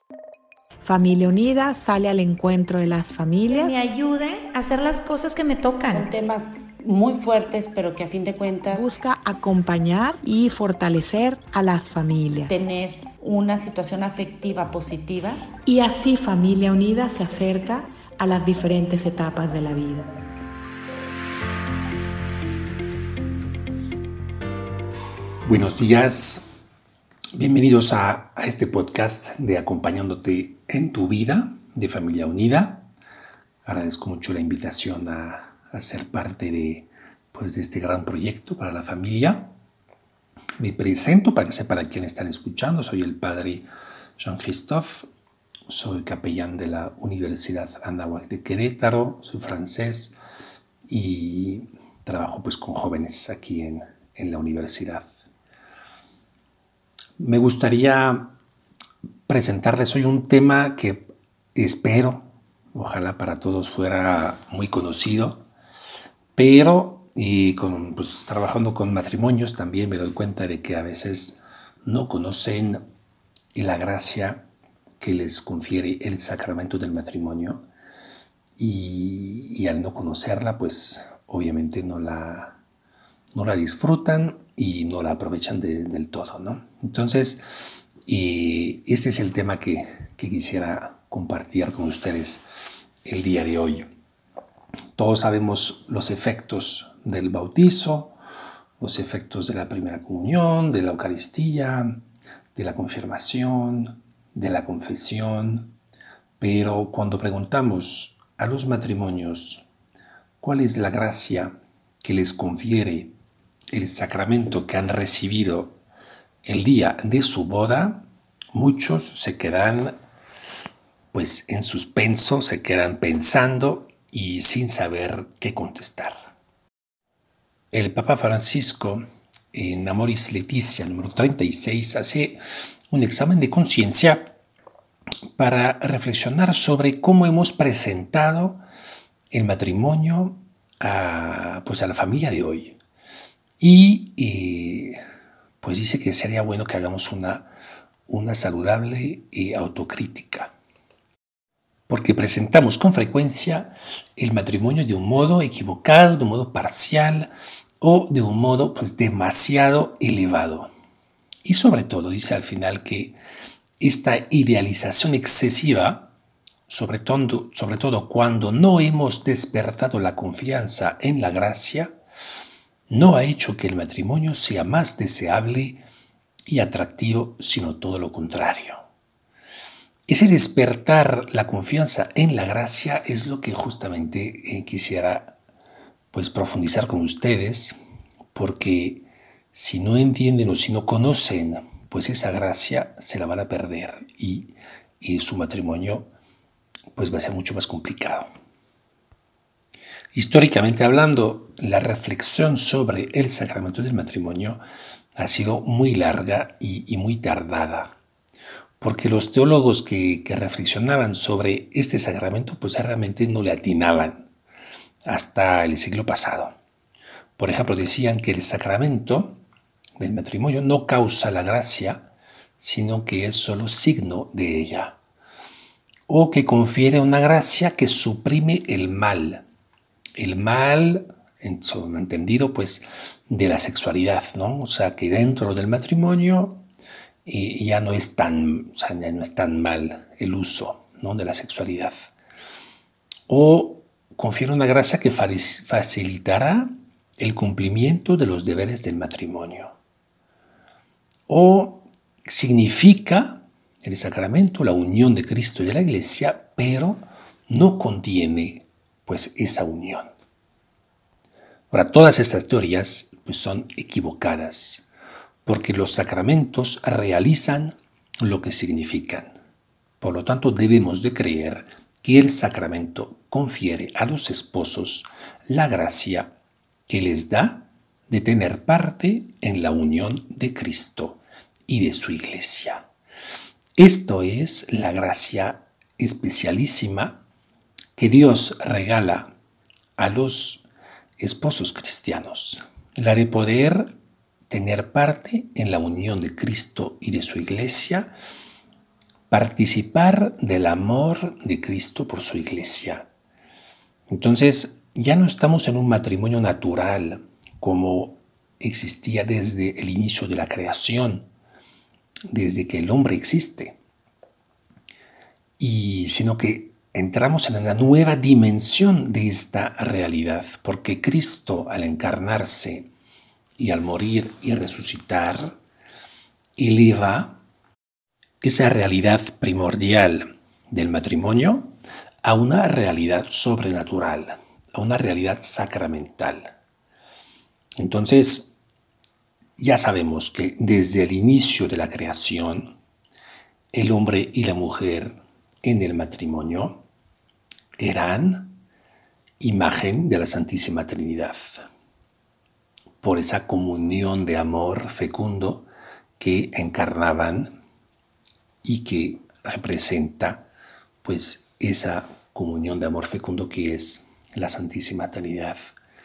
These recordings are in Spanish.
Familia Unida sale al encuentro de las familias. Que me ayude a hacer las cosas que me tocan. Son temas muy fuertes, pero que a fin de cuentas busca acompañar y fortalecer a las familias. Tener una situación afectiva positiva. Y así Familia Unida se acerca a las diferentes etapas de la vida. Buenos días, bienvenidos a este podcast de Acompañándote en tu vida de Familia Unida. Agradezco mucho la invitación a ser parte de este gran proyecto para la familia. Me presento para que sepan a quién están escuchando. Soy el padre Jean-Christophe, soy capellán de la Universidad Anáhuac de Querétaro, soy francés y trabajo con jóvenes aquí en la universidad. Me gustaría presentarles hoy un tema que espero, ojalá para todos fuera muy conocido, pero trabajando con matrimonios también me doy cuenta de que a veces no conocen la gracia que les confiere el sacramento del matrimonio y al no conocerla, pues obviamente no la disfrutan y no la aprovechan del todo, ¿no? Entonces, este es el tema que quisiera compartir con ustedes el día de hoy. Todos sabemos los efectos del bautizo, los efectos de la primera comunión, de la Eucaristía, de la confirmación, de la confesión, pero cuando preguntamos a los matrimonios cuál es la gracia que les confiere el sacramento que han recibido el día de su boda, muchos se quedan en suspenso, se quedan pensando y sin saber qué contestar. El Papa Francisco, en Amoris Laetitia, número 36, hace un examen de conciencia para reflexionar sobre cómo hemos presentado el matrimonio a la familia de hoy. Y dice que sería bueno que hagamos una saludable autocrítica. Porque presentamos con frecuencia el matrimonio de un modo equivocado, de un modo parcial o de un modo demasiado elevado. Y sobre todo dice al final que esta idealización excesiva, sobre todo cuando no hemos despertado la confianza en la gracia, no ha hecho que el matrimonio sea más deseable y atractivo, sino todo lo contrario. Ese despertar la confianza en la gracia es lo que justamente quisiera profundizar con ustedes, porque si no entienden o si no conocen esa gracia, se la van a perder y su matrimonio va a ser mucho más complicado. Históricamente hablando, la reflexión sobre el sacramento del matrimonio ha sido muy larga y muy tardada, porque los teólogos que reflexionaban sobre este sacramento realmente no le atinaban hasta el siglo pasado. Por ejemplo, decían que el sacramento del matrimonio no causa la gracia, sino que es solo signo de ella, o que confiere una gracia que suprime el mal. El mal, entendido de la sexualidad, ¿no? O sea, que dentro del matrimonio ya no es tan mal el uso, ¿no?, de la sexualidad. O confiere una gracia que facilitará el cumplimiento de los deberes del matrimonio. O significa el sacramento la unión de Cristo y de la Iglesia, pero no contiene esa unión. Ahora, todas estas teorías son equivocadas, porque los sacramentos realizan lo que significan. Por lo tanto, debemos de creer que el sacramento confiere a los esposos la gracia que les da de tener parte en la unión de Cristo y de su Iglesia. Esto es la gracia especialísima que Dios regala a los esposos cristianos, la de poder tener parte en la unión de Cristo y de su Iglesia participar del amor de Cristo por su iglesia. Entonces, ya no estamos en un matrimonio natural como existía desde el inicio de la creación, desde que el hombre existe, sino que entramos en una nueva dimensión de esta realidad, porque Cristo, al encarnarse y al morir y resucitar, eleva esa realidad primordial del matrimonio a una realidad sobrenatural, a una realidad sacramental. Entonces, ya sabemos que desde el inicio de la creación, el hombre y la mujer en el matrimonio eran imagen de la Santísima Trinidad, por esa comunión de amor fecundo que encarnaban y que representa pues esa comunión de amor fecundo que es la Santísima Trinidad.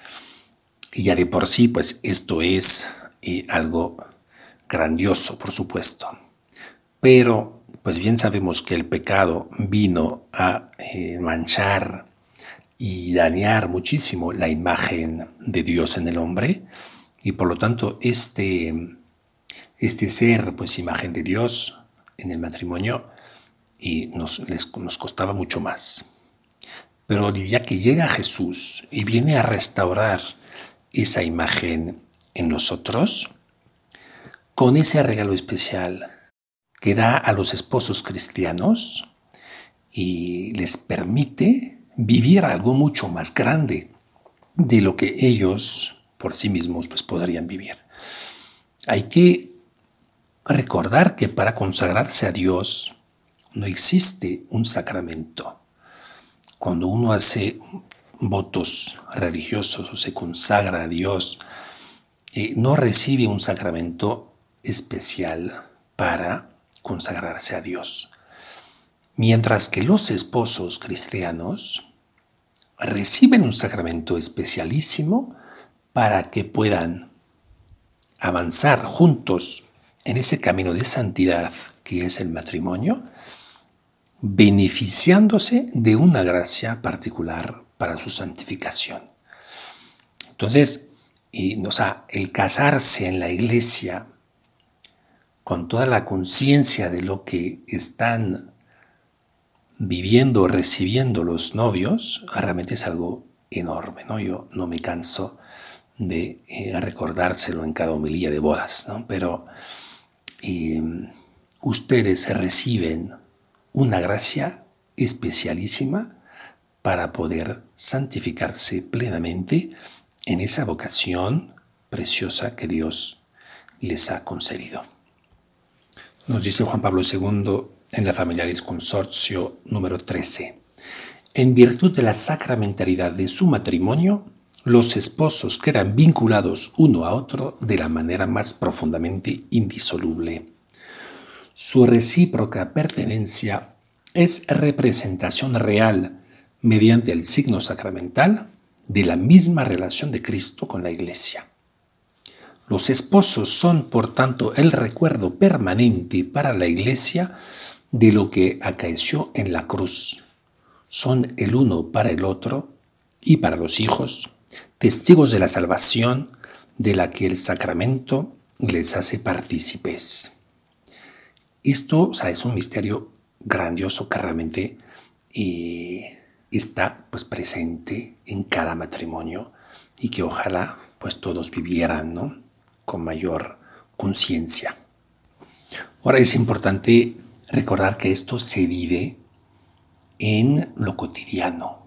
Y ya de por sí pues esto es algo grandioso, por supuesto, pero pues bien sabemos que el pecado vino a manchar y dañar muchísimo la imagen de Dios en el hombre, y por lo tanto este ser pues imagen de Dios en el matrimonio nos costaba mucho más. Pero ya que llega Jesús y viene a restaurar esa imagen en nosotros, con ese regalo especial que da a los esposos cristianos y les permite vivir algo mucho más grande de lo que ellos por sí mismos pues podrían vivir. Hay que recordar que para consagrarse a Dios no existe un sacramento. Cuando uno hace votos religiosos o se consagra a Dios, no recibe un sacramento especial para consagrarse a Dios. Mientras que los esposos cristianos reciben un sacramento especialísimo para que puedan avanzar juntos en ese camino de santidad que es el matrimonio, beneficiándose de una gracia particular para su santificación. Entonces, el casarse en la iglesia con toda la conciencia de lo que están viviendo, recibiendo los novios, realmente es algo enorme, ¿no? Yo no me canso de recordárselo en cada homilía de bodas, ¿no? Pero ustedes reciben una gracia especialísima para poder santificarse plenamente en esa vocación preciosa que Dios les ha concedido. Nos dice Juan Pablo II en la Familiaris Consortio número 13. En virtud de la sacramentalidad de su matrimonio, los esposos quedan vinculados uno a otro de la manera más profundamente indisoluble. Su recíproca pertenencia es representación real, mediante el signo sacramental, de la misma relación de Cristo con la Iglesia. Los esposos son, por tanto, el recuerdo permanente para la Iglesia de lo que acaeció en la cruz. Son el uno para el otro y para los hijos, testigos de la salvación de la que el sacramento les hace partícipes. Esto, es un misterio grandioso que realmente está pues presente en cada matrimonio y que ojalá pues todos vivieran, ¿no?, con mayor conciencia. Ahora es importante recordar que esto se vive en lo cotidiano.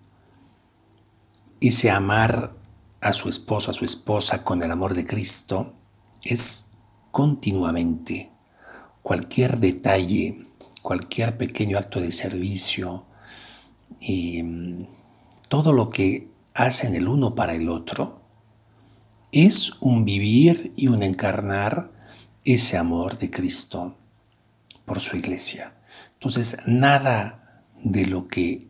Ese amar a su esposo, a su esposa con el amor de Cristo es continuamente. Cualquier detalle, cualquier pequeño acto de servicio, todo lo que hacen el uno para el otro es un vivir y un encarnar ese amor de Cristo por su iglesia. Entonces, nada de lo que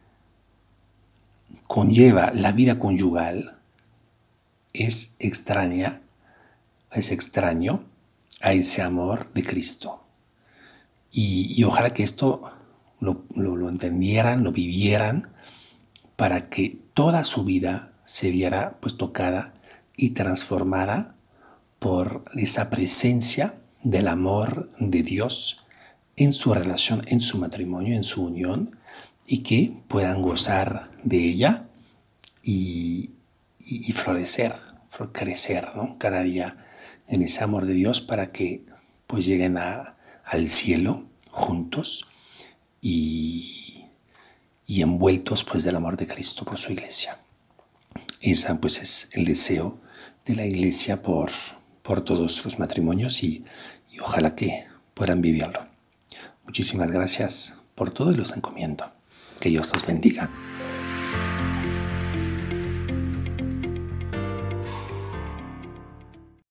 conlleva la vida conyugal es extraño a ese amor de Cristo. Y ojalá que esto lo entendieran, lo vivieran, para que toda su vida se viera pues tocada y transformada por esa presencia del amor de Dios en su relación, en su matrimonio, en su unión, y que puedan gozar de ella y florecer, crecer, ¿no? Cada día en ese amor de Dios, para que pues lleguen al cielo juntos y envueltos pues del amor de Cristo por su iglesia. Esa pues es el deseo de la iglesia por todos los matrimonios y ojalá que puedan vivirlo. Muchísimas gracias por todo y los encomiendo. Que Dios los bendiga.